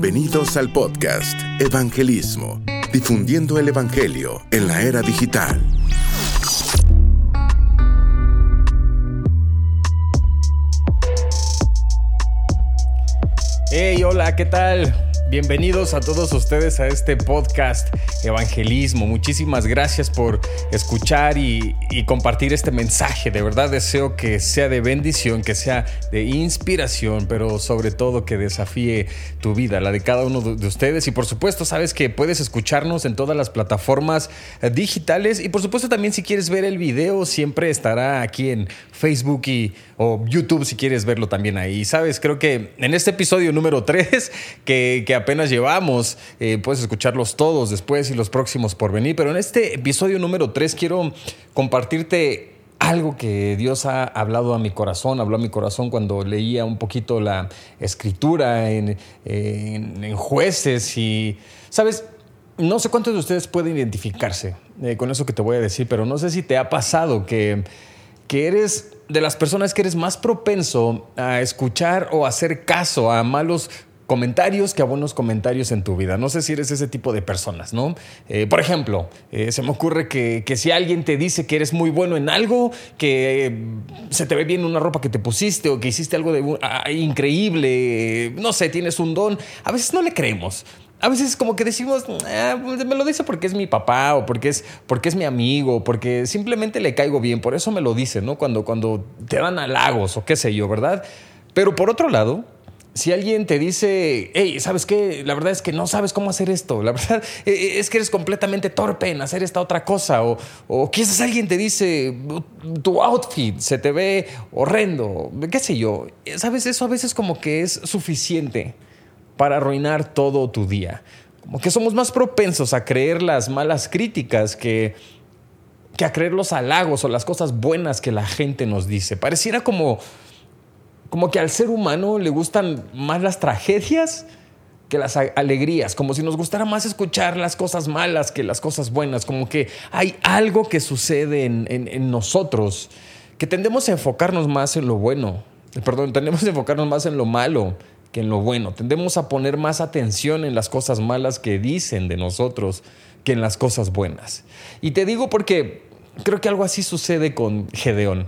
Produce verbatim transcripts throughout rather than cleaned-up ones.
Bienvenidos al podcast Evangelismo, difundiendo el Evangelio en la era digital. Hey, hola, ¿qué tal? Bienvenidos a todos ustedes a este podcast Evangelismo. Muchísimas gracias por escuchar y, y compartir este mensaje. De verdad deseo que sea de bendición, que sea de inspiración, pero sobre todo que desafíe tu vida, la de cada uno de ustedes. Y por supuesto, sabes que puedes escucharnos en todas las plataformas digitales. Y por supuesto también si quieres ver el video, siempre estará aquí en Facebook y, o YouTube si quieres verlo también ahí. Sabes, creo que en este episodio número tres, que, que apenas llevamos, eh, puedes escucharlos todos después y los próximos por venir, pero en este episodio número tres quiero compartirte algo que Dios ha hablado a mi corazón, habló a mi corazón cuando leía un poquito la escritura en, en, en Jueces. Y, ¿sabes? No sé cuántos de ustedes pueden identificarse eh, con eso que te voy a decir, pero no sé si te ha pasado que, que eres de las personas que eres más propenso a escuchar o hacer caso a malos comentarios que a buenos comentarios en tu vida. No sé si eres ese tipo de personas, ¿no? Eh, por ejemplo, eh, se me ocurre que, que si alguien te dice que eres muy bueno en algo, que eh, se te ve bien una ropa que te pusiste o que hiciste algo de uh, increíble, eh, no sé, tienes un don, a veces no le creemos. A veces como que decimos, ah, me lo dice porque es mi papá o porque es, porque es mi amigo, porque simplemente le caigo bien, por eso me lo dice, ¿no? Cuando, cuando te dan halagos o qué sé yo, ¿verdad? Pero por otro lado, si alguien te dice, hey, ¿sabes qué? La verdad es que no sabes cómo hacer esto. La verdad es que eres completamente torpe en hacer esta otra cosa. O, o quizás alguien te dice, tu outfit se te ve horrendo. ¿Qué sé yo? ¿Sabes? Eso a veces como que es suficiente para arruinar todo tu día. Como que somos más propensos a creer las malas críticas que, que a creer los halagos o las cosas buenas que la gente nos dice. Pareciera como... Como que al ser humano le gustan más las tragedias que las alegrías, como si nos gustara más escuchar las cosas malas que las cosas buenas, como que hay algo que sucede en, en, en nosotros, que tendemos a enfocarnos más en lo bueno, perdón, tendemos a enfocarnos más en lo malo que en lo bueno, tendemos a poner más atención en las cosas malas que dicen de nosotros que en las cosas buenas. Y te digo porque creo que algo así sucede con Gedeón.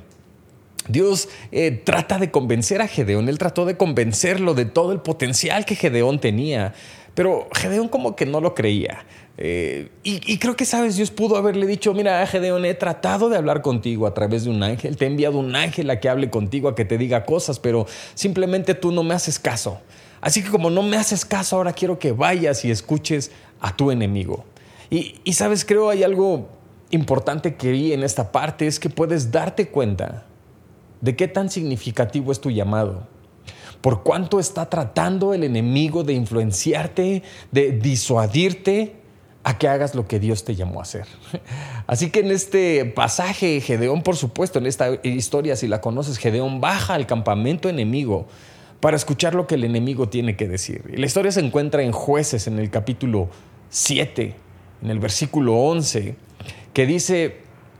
Dios eh, trata de convencer a Gedeón, él trató de convencerlo de todo el potencial que Gedeón tenía, pero Gedeón como que no lo creía. Eh, y, y creo que, sabes, Dios pudo haberle dicho, mira, Gedeón, he tratado de hablar contigo a través de un ángel, te he enviado un ángel a que hable contigo, a que te diga cosas, pero simplemente tú no me haces caso. Así que como no me haces caso, ahora quiero que vayas y escuches a tu enemigo. Y, y sabes, creo hay algo importante que vi en esta parte, es que puedes darte cuenta de qué tan significativo es tu llamado, por cuánto está tratando el enemigo de influenciarte, de disuadirte a que hagas lo que Dios te llamó a hacer. Así que en este pasaje, Gedeón, por supuesto, en esta historia, si la conoces, Gedeón baja al campamento enemigo para escuchar lo que el enemigo tiene que decir. Y la historia se encuentra en Jueces, en el capítulo siete, en el versículo once, que dice,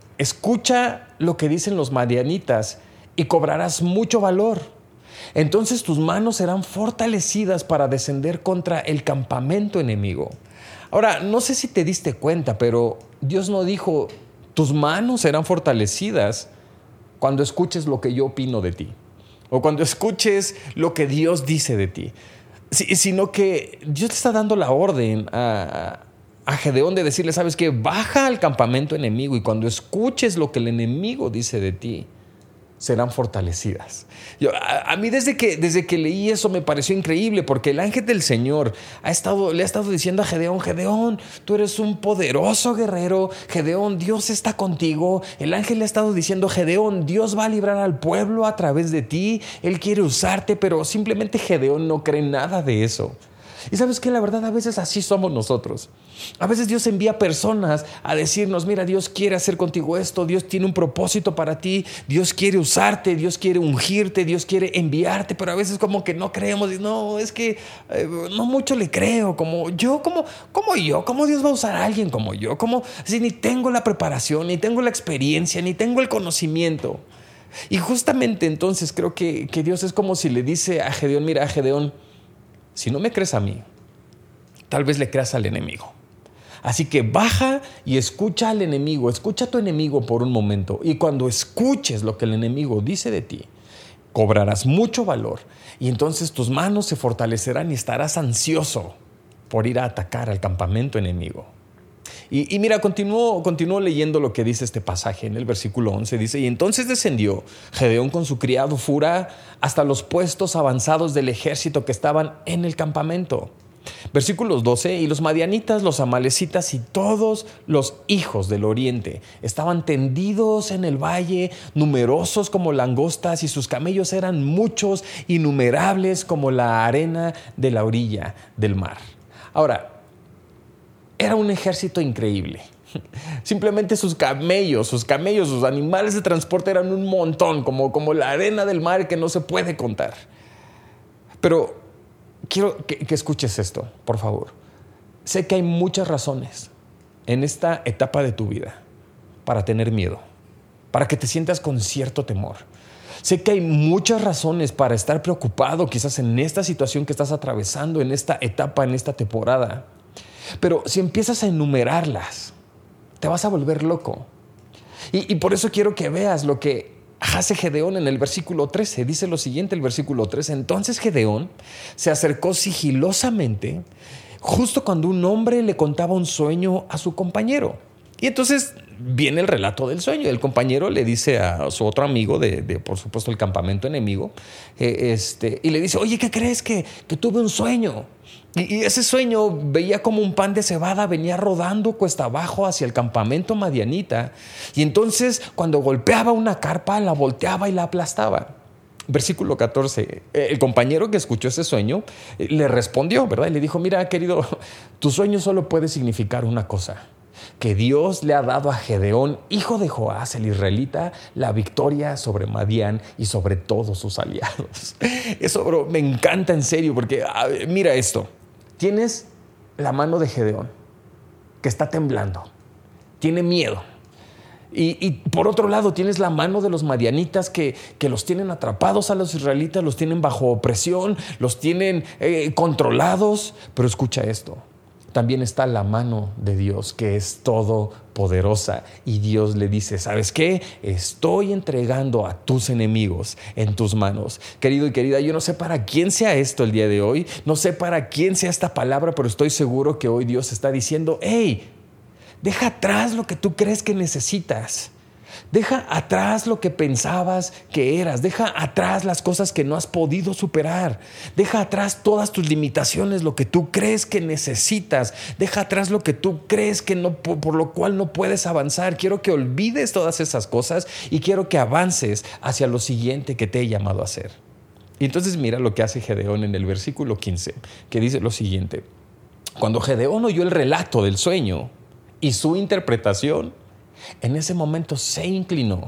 escucha lo que dicen los madianitas y cobrarás mucho valor. Entonces tus manos serán fortalecidas para descender contra el campamento enemigo. Ahora, no sé si te diste cuenta, pero Dios no dijo, tus manos serán fortalecidas cuando escuches lo que yo opino de ti, o cuando escuches lo que Dios dice de ti, sino que Dios te está dando la orden a, a Gedeón de decirle, ¿sabes qué? Baja al campamento enemigo y cuando escuches lo que el enemigo dice de ti, serán fortalecidas. Yo, a, a mí desde que, desde que leí eso me pareció increíble, porque el ángel del Señor ha estado, le ha estado diciendo a Gedeón, Gedeón, tú eres un poderoso guerrero, Gedeón, Dios está contigo. El ángel le ha estado diciendo, Gedeón, Dios va a librar al pueblo a través de ti, Él quiere usarte, pero simplemente Gedeón no cree nada de eso. Y sabes que la verdad a veces así somos nosotros. A veces Dios envía personas a decirnos, mira, Dios quiere hacer contigo esto, Dios tiene un propósito para ti, Dios quiere usarte, Dios quiere ungirte, Dios quiere enviarte, pero a veces como que no creemos, y no, es que eh, no mucho le creo, como yo, como, como yo, ¿cómo Dios va a usar a alguien como yo? Como si ni tengo la preparación, ni tengo la experiencia, ni tengo el conocimiento. Y justamente entonces creo que, que Dios es como si le dice a Gedeón, mira, Gedeón, si no me crees a mí, tal vez le creas al enemigo. Así que baja y escucha al enemigo, escucha a tu enemigo por un momento. Y cuando escuches lo que el enemigo dice de ti, cobrarás mucho valor y entonces tus manos se fortalecerán y estarás ansioso por ir a atacar al campamento enemigo. Y, y mira, continúo, continúo leyendo lo que dice este pasaje en el versículo once. Dice, y entonces descendió Gedeón con su criado Furá hasta los puestos avanzados del ejército que estaban en el campamento. Versículos doce, y los madianitas, los amalecitas y todos los hijos del oriente estaban tendidos en el valle, numerosos como langostas, y sus camellos eran muchos, innumerables como la arena de la orilla del mar. Ahora, era un ejército increíble. Simplemente sus camellos, sus camellos, sus animales de transporte eran un montón, como, como la arena del mar que no se puede contar. Pero quiero que, que escuches esto, por favor. Sé que hay muchas razones en esta etapa de tu vida para tener miedo, para que te sientas con cierto temor. Sé que hay muchas razones para estar preocupado quizás en esta situación que estás atravesando, en esta etapa, en esta temporada. Pero si empiezas a enumerarlas, te vas a volver loco. Y, y por eso quiero que veas lo que hace Gedeón en el versículo trece. Dice lo siguiente el versículo trece. Entonces Gedeón se acercó sigilosamente justo cuando un hombre le contaba un sueño a su compañero. Y entonces viene el relato del sueño. El compañero le dice a su otro amigo de, de por supuesto, el campamento enemigo, eh, este, y le dice, oye, ¿qué crees? Que, que tuve un sueño. Y, y ese sueño veía como un pan de cebada venía rodando cuesta abajo hacia el campamento madianita. Y entonces, cuando golpeaba una carpa, la volteaba y la aplastaba. Versículo catorce, el compañero que escuchó ese sueño le respondió, ¿verdad? Y le dijo, mira, querido, tu sueño solo puede significar una cosa: que Dios le ha dado a Gedeón, hijo de Joás, el israelita, la victoria sobre Madián y sobre todos sus aliados. Eso, bro, me encanta en serio, porque a ver, mira esto. Tienes la mano de Gedeón, que está temblando, tiene miedo. Y, y por otro lado tienes la mano de los madianitas que, que los tienen atrapados a los israelitas, los tienen bajo opresión, los tienen eh, controlados. Pero escucha esto. También está la mano de Dios, que es todopoderosa. Y Dios le dice, ¿sabes qué? Estoy entregando a tus enemigos en tus manos. Querido y querida, yo no sé para quién sea esto el día de hoy. No sé para quién sea esta palabra, pero estoy seguro que hoy Dios está diciendo, hey, deja atrás lo que tú crees que necesitas. Deja atrás lo que pensabas que eras. Deja atrás las cosas que no has podido superar. Deja atrás todas tus limitaciones, lo que tú crees que necesitas. Deja atrás lo que tú crees que no, por, por lo cual no puedes avanzar. Quiero que olvides todas esas cosas y quiero que avances hacia lo siguiente que te he llamado a hacer. Y entonces mira lo que hace Gedeón en el versículo quince, que dice lo siguiente. Cuando Gedeón oyó el relato del sueño y su interpretación, en ese momento se inclinó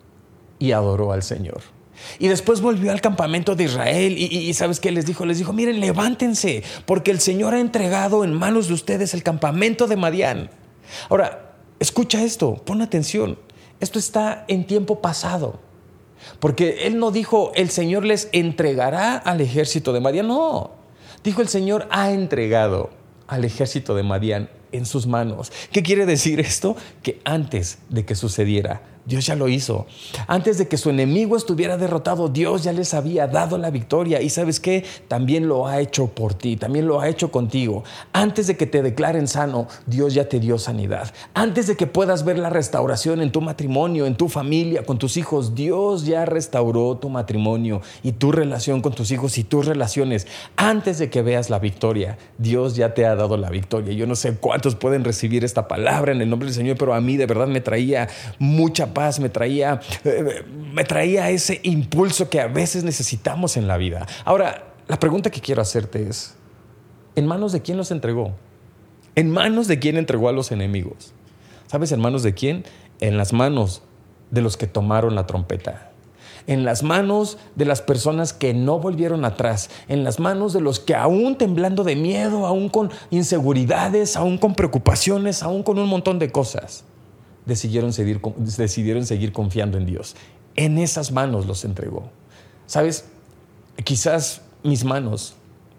y adoró al Señor. Y después volvió al campamento de Israel y, y, y ¿sabes qué les dijo? Les dijo, miren, levántense, porque el Señor ha entregado en manos de ustedes el campamento de Madián. Ahora, escucha esto, pon atención. Esto está en tiempo pasado. Porque Él no dijo, el Señor les entregará al ejército de Madián. No, dijo, el Señor ha entregado al ejército de Madián en sus manos. ¿Qué quiere decir esto? Que antes de que sucediera, Dios ya lo hizo. Antes de que su enemigo estuviera derrotado, Dios ya les había dado la victoria. Y ¿sabes qué? También lo ha hecho por ti, también lo ha hecho contigo. Antes de que te declaren sano, Dios ya te dio sanidad. Antes de que puedas ver la restauración en tu matrimonio, en tu familia, con tus hijos, Dios ya restauró tu matrimonio y tu relación con tus hijos y tus relaciones. Antes de que veas la victoria, Dios ya te ha dado la victoria. Yo no sé cuántos pueden recibir esta palabra en el nombre del Señor, pero a mí de verdad me traía mucha paz, me traía, eh, me traía ese impulso que a veces necesitamos en la vida. Ahora, la pregunta que quiero hacerte es, ¿en manos de quién los entregó? ¿En manos de quién entregó a los enemigos? ¿Sabes en manos de quién? En las manos de los que tomaron la trompeta. En las manos de las personas que no volvieron atrás, en las manos de los que aún temblando de miedo, aún con inseguridades, aún con preocupaciones, aún con un montón de cosas, decidieron seguir, decidieron seguir confiando en Dios. En esas manos los entregó. ¿Sabes? Quizás mis manos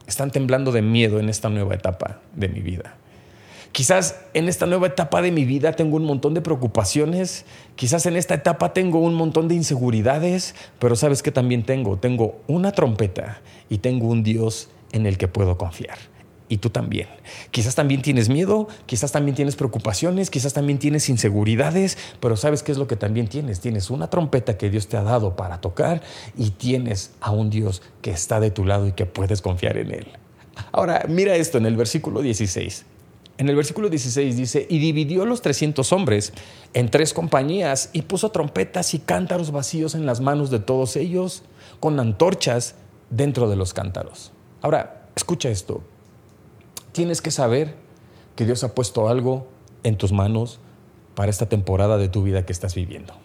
están temblando de miedo en esta nueva etapa de mi vida. Quizás en esta nueva etapa de mi vida tengo un montón de preocupaciones, quizás en esta etapa tengo un montón de inseguridades, pero ¿sabes qué también tengo? Tengo una trompeta y tengo un Dios en el que puedo confiar. Y tú también. Quizás también tienes miedo, quizás también tienes preocupaciones, quizás también tienes inseguridades, pero ¿sabes qué es lo que también tienes? Tienes una trompeta que Dios te ha dado para tocar y tienes a un Dios que está de tu lado y que puedes confiar en Él. Ahora, mira esto en el versículo dieciséis. En el versículo dieciséis dice, y dividió los trescientos hombres en tres compañías y puso trompetas y cántaros vacíos en las manos de todos ellos con antorchas dentro de los cántaros. Ahora, escucha esto. Tienes que saber que Dios ha puesto algo en tus manos para esta temporada de tu vida que estás viviendo.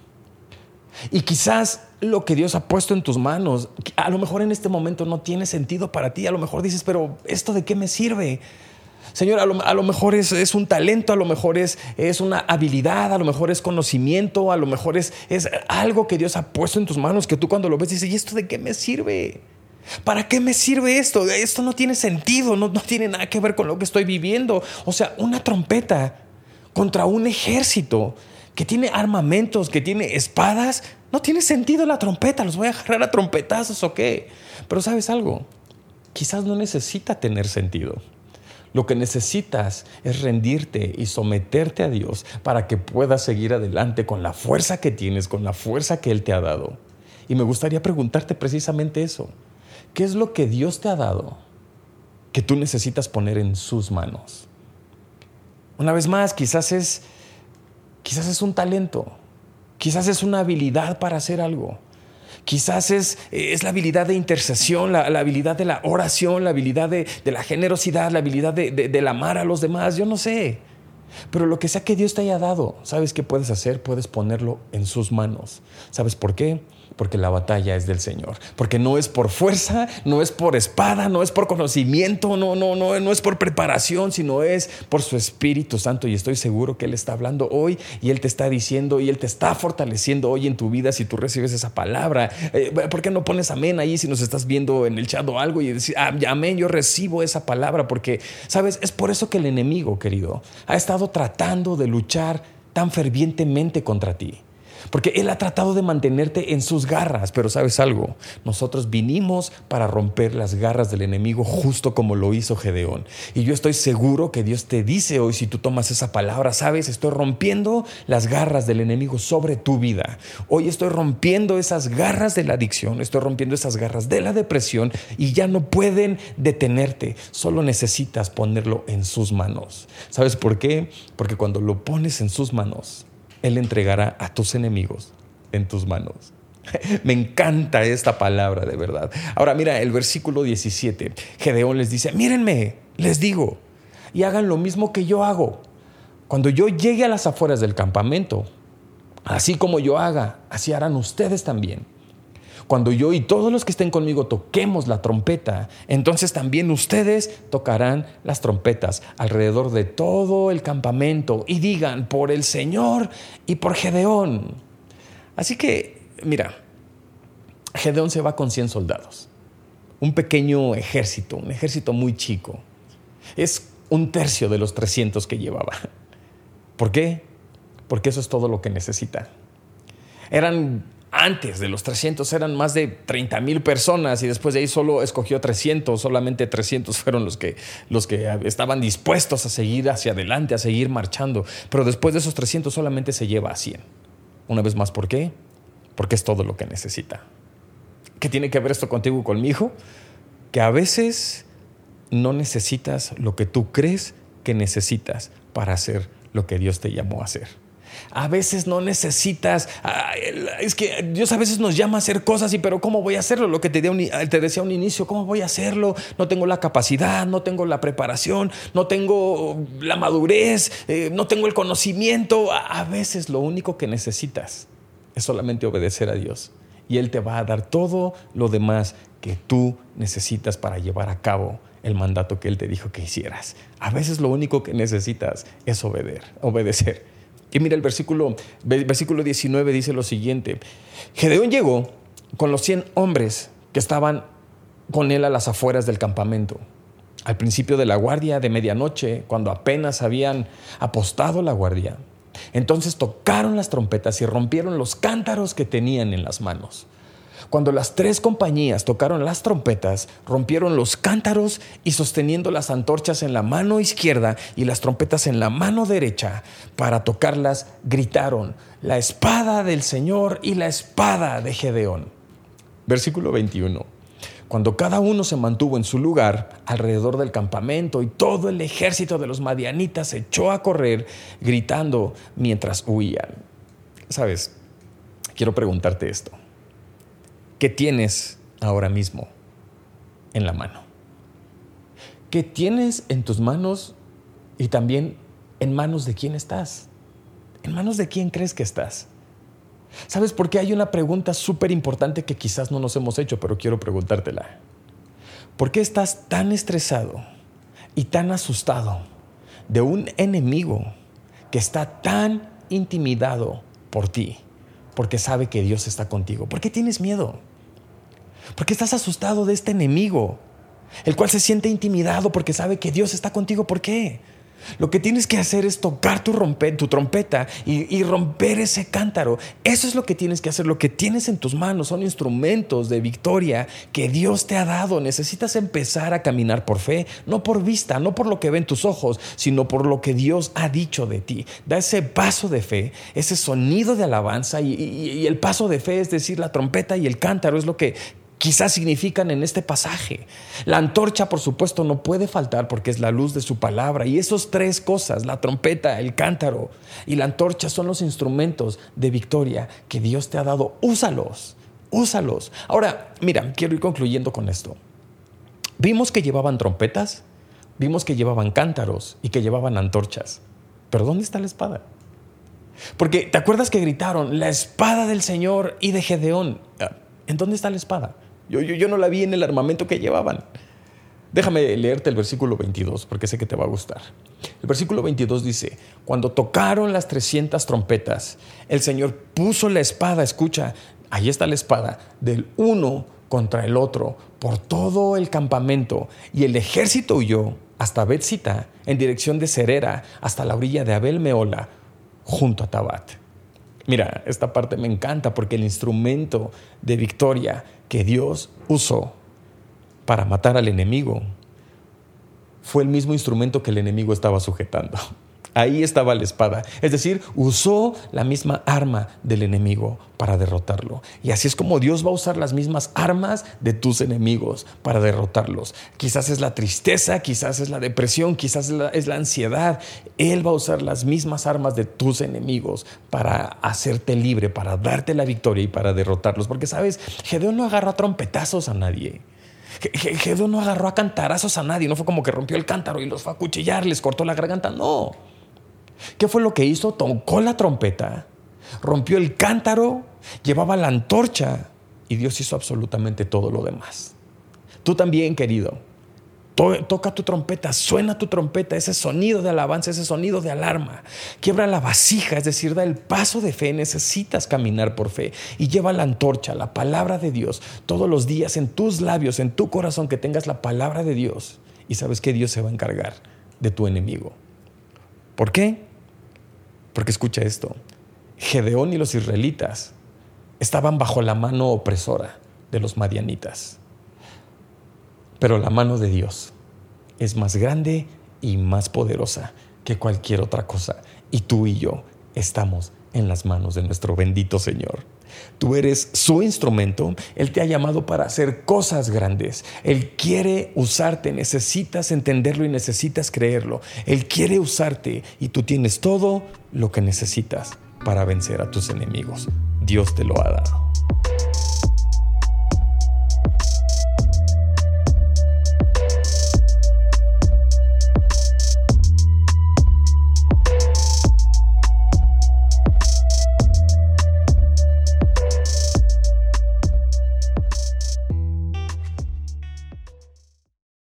Y quizás lo que Dios ha puesto en tus manos, a lo mejor en este momento no tiene sentido para ti. A lo mejor dices, pero ¿esto de qué me sirve? Señor, a lo, a lo mejor es, es un talento, a lo mejor es, es una habilidad, a lo mejor es conocimiento, a lo mejor es, es algo que Dios ha puesto en tus manos que tú cuando lo ves dices, ¿y esto de qué me sirve? ¿Para qué me sirve esto? Esto no tiene sentido, no, no tiene nada que ver con lo que estoy viviendo. O sea, una trompeta contra un ejército que tiene armamentos, que tiene espadas, no tiene sentido la trompeta. ¿Los voy a agarrar a trompetazos o qué? Pero ¿sabes algo? Quizás no necesita tener sentido. Lo que necesitas es rendirte y someterte a Dios para que puedas seguir adelante con la fuerza que tienes, con la fuerza que Él te ha dado. Y me gustaría preguntarte precisamente eso. ¿Qué es lo que Dios te ha dado que tú necesitas poner en sus manos? Una vez más, quizás es, quizás es un talento, quizás es una habilidad para hacer algo. Quizás es, es la habilidad de intercesión, la, la habilidad de la oración, la habilidad de, de la generosidad, la habilidad de, de, del amar a los demás, yo no sé. Pero lo que sea que Dios te haya dado, ¿sabes qué puedes hacer? Puedes ponerlo en sus manos. ¿Sabes por qué? Porque la batalla es del Señor. Porque no es por fuerza, no es por espada, no es por conocimiento, no, no, no, no es por preparación, sino es por su Espíritu Santo. Y estoy seguro que Él está hablando hoy y Él te está diciendo y Él te está fortaleciendo hoy en tu vida si tú recibes esa palabra. Eh, ¿Por qué no pones amén ahí si nos estás viendo en el chat o algo y decir, ah, amén, yo recibo esa palabra? Porque, ¿sabes? Es por eso que el enemigo, querido, ha estado tratando de luchar tan fervientemente contra ti. Porque Él ha tratado de mantenerte en sus garras, pero ¿sabes algo? Nosotros vinimos para romper las garras del enemigo justo como lo hizo Gedeón. Y yo estoy seguro que Dios te dice hoy, si tú tomas esa palabra, ¿sabes? Estoy rompiendo las garras del enemigo sobre tu vida. Hoy estoy rompiendo esas garras de la adicción, estoy rompiendo esas garras de la depresión y ya no pueden detenerte. Solo necesitas ponerlo en sus manos. ¿Sabes por qué? Porque cuando lo pones en sus manos, Él entregará a tus enemigos en tus manos. Me encanta esta palabra, de verdad. Ahora mira el versículo diecisiete. Gedeón les dice, mírenme, les digo, y hagan lo mismo que yo hago. Cuando yo llegue a las afueras del campamento, así como yo haga, así harán ustedes también. Cuando yo y todos los que estén conmigo toquemos la trompeta, entonces también ustedes tocarán las trompetas alrededor de todo el campamento y digan, por el Señor y por Gedeón. Así que, mira, Gedeón se va con cien soldados, un pequeño ejército, un ejército muy chico. Es un tercio de los trescientos que llevaba. ¿Por qué? Porque eso es todo lo que necesita. Eran... Antes de los trescientos eran más de treinta mil personas y después de ahí solo escogió trescientos, solamente trescientos fueron los que, los que estaban dispuestos a seguir hacia adelante, a seguir marchando. Pero después de esos trescientos solamente se lleva a cien. Una vez más, ¿por qué? Porque es todo lo que necesita. ¿Qué tiene que ver esto contigo y conmigo? Que a veces no necesitas lo que tú crees que necesitas para hacer lo que Dios te llamó a hacer. A veces no necesitas, es que Dios a veces nos llama a hacer cosas y pero ¿cómo voy a hacerlo? Lo que te, un, te decía a un inicio, ¿cómo voy a hacerlo? No tengo la capacidad, no tengo la preparación, no tengo la madurez, eh, no tengo el conocimiento. A veces lo único que necesitas es solamente obedecer a Dios y Él te va a dar todo lo demás que tú necesitas para llevar a cabo el mandato que Él te dijo que hicieras. A veces lo único que necesitas es obedecer, obedecer. Y mira el versículo, versículo diecinueve dice lo siguiente. Gedeón llegó con los cien hombres que estaban con él a las afueras del campamento. Al principio de la guardia de medianoche, cuando apenas habían apostado la guardia, entonces tocaron las trompetas y rompieron los cántaros que tenían en las manos. Cuando las tres compañías tocaron las trompetas, rompieron los cántaros y sosteniendo las antorchas en la mano izquierda y las trompetas en la mano derecha para tocarlas, gritaron: la espada del Señor y la espada de Gedeón. Versículo veintiuno. Cuando cada uno se mantuvo en su lugar alrededor del campamento y todo el ejército de los madianitas se echó a correr gritando mientras huían. ¿Sabes? Quiero preguntarte esto. ¿Qué tienes ahora mismo en la mano? ¿Qué tienes en tus manos y también en manos de quién estás? ¿En manos de quién crees que estás? ¿Sabes por qué? Hay una pregunta súper importante que quizás no nos hemos hecho, pero quiero preguntártela. ¿Por qué estás tan estresado y tan asustado de un enemigo que está tan intimidado por ti? Porque sabe que Dios está contigo. ¿Por qué tienes miedo? ¿Por qué estás asustado de este enemigo, el cual se siente intimidado porque sabe que Dios está contigo? ¿Por qué? Lo que tienes que hacer es tocar tu, rompe, tu trompeta y, y romper ese cántaro. Eso es lo que tienes que hacer. Lo que tienes en tus manos son instrumentos de victoria que Dios te ha dado. Necesitas empezar a caminar por fe, no por vista, no por lo que ven tus ojos, sino por lo que Dios ha dicho de ti. Da ese paso de fe, ese sonido de alabanza y, y, y el paso de fe, es decir, la trompeta y el cántaro, es lo que quizás significan en este pasaje. La antorcha, por supuesto, no puede faltar porque es la luz de su palabra. Y esas tres cosas, la trompeta, el cántaro y la antorcha, son los instrumentos de victoria que Dios te ha dado. Úsalos, úsalos. Ahora, mira, quiero ir concluyendo con esto. Vimos que llevaban trompetas, vimos que llevaban cántaros y que llevaban antorchas. Pero ¿dónde está la espada? Porque, ¿te acuerdas que gritaron la espada del Señor y de Gedeón? ¿En dónde está la espada? Yo, yo, yo no la vi en el armamento que llevaban. Déjame leerte el versículo veintidós, porque sé que te va a gustar. El versículo veintidós dice: cuando tocaron las trescientas trompetas, el Señor puso la espada, escucha, ahí está la espada, del uno contra el otro, por todo el campamento, y el ejército huyó hasta Bet-sita, en dirección de Serera, hasta la orilla de Abel-mehola, junto a Tabat. Mira, esta parte me encanta porque el instrumento de victoria que Dios usó para matar al enemigo fue el mismo instrumento que el enemigo estaba sujetando. Ahí estaba la espada. Es decir, usó la misma arma del enemigo para derrotarlo. Y así es como Dios va a usar las mismas armas de tus enemigos para derrotarlos. Quizás es la tristeza, quizás es la depresión, quizás es la, es la ansiedad. Él va a usar las mismas armas de tus enemigos para hacerte libre, para darte la victoria y para derrotarlos. Porque, ¿sabes? Gedeón no agarró a trompetazos a nadie. Gedeón no agarró a cantarazos a nadie. No fue como que rompió el cántaro y los fue a cuchillar, les cortó la garganta. No. ¿Qué fue lo que hizo? Tocó la trompeta, rompió el cántaro, llevaba la antorcha y Dios hizo absolutamente todo lo demás. Tú también, querido, to- toca tu trompeta, suena tu trompeta, ese sonido de alabanza, ese sonido de alarma. Quiebra la vasija, es decir, da el paso de fe. Necesitas caminar por fe y lleva la antorcha, la palabra de Dios, todos los días en tus labios, en tu corazón, que tengas la palabra de Dios. Y sabes que Dios se va a encargar de tu enemigo. ¿Por qué? Porque escucha esto, Gedeón y los israelitas estaban bajo la mano opresora de los madianitas. Pero la mano de Dios es más grande y más poderosa que cualquier otra cosa. Y tú y yo estamos en las manos de nuestro bendito Señor. Tú eres su instrumento. Él te ha llamado para hacer cosas grandes. Él quiere usarte. Necesitas entenderlo y necesitas creerlo. Él quiere usarte y tú tienes todo lo que necesitas para vencer a tus enemigos. Dios te lo ha dado.